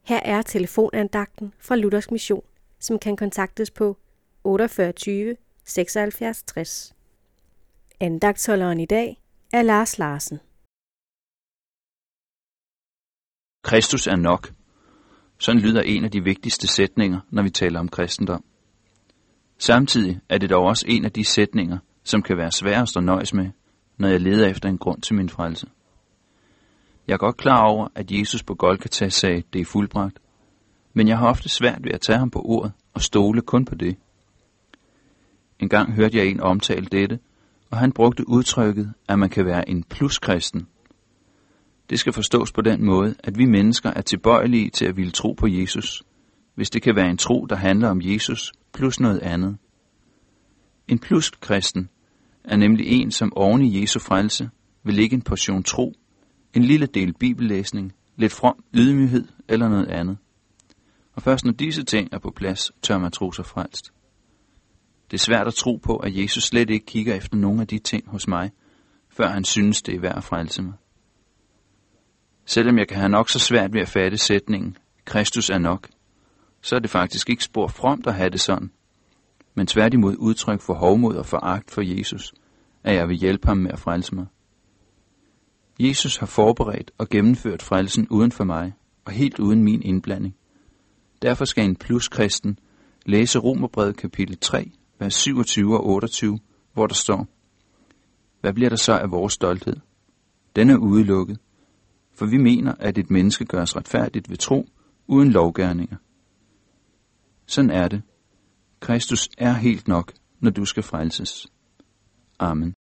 Her er telefonandagten fra Luthersk Mission, som kan kontaktes på 48 76 60. Andagtsholderen i dag er Lars Larsen. Kristus er nok. Sådan lyder en af de vigtigste sætninger, når vi taler om kristendom. Samtidig er det dog også en af de sætninger, som kan være sværest at nøjes med, når jeg leder efter en grund til min frelse. Jeg er godt klar over, at Jesus på Golgata sagde, det er fuldbragt, men jeg har ofte svært ved at tage ham på ordet og stole kun på det. En gang hørte jeg en omtale dette, og han brugte udtrykket, at man kan være en pluskristen. Det skal forstås på den måde, at vi mennesker er tilbøjelige til at ville tro på Jesus, hvis det kan være en tro, der handler om Jesus plus noget andet. En pluskristen er nemlig en, som oven i Jesu frelse vil lægge en portion tro, en lille del bibellæsning, lidt from ydmyghed eller noget andet. Og først når disse ting er på plads, tør man tro sig frelst. Det er svært at tro på, at Jesus slet ikke kigger efter nogle af de ting hos mig, før han synes, det er værd at frelse mig. Selvom jeg kan have nok så svært ved at fatte sætningen, Kristus er nok, så er det faktisk ikke spor fromt at have det sådan, men tværtimod udtryk for hovmod og foragt for Jesus, at jeg vil hjælpe ham med at frelse mig. Jesus har forberedt og gennemført frelsen uden for mig, og helt uden min indblanding. Derfor skal en pluskristen læse Romerbrevet kapitel 3, vers 27 og 28, hvor der står: Hvad bliver der så af vores stolthed? Den er udelukket, for vi mener, at et menneske gøres retfærdigt ved tro, uden lovgerninger. Sådan er det. Kristus er helt nok, når du skal frelses. Amen.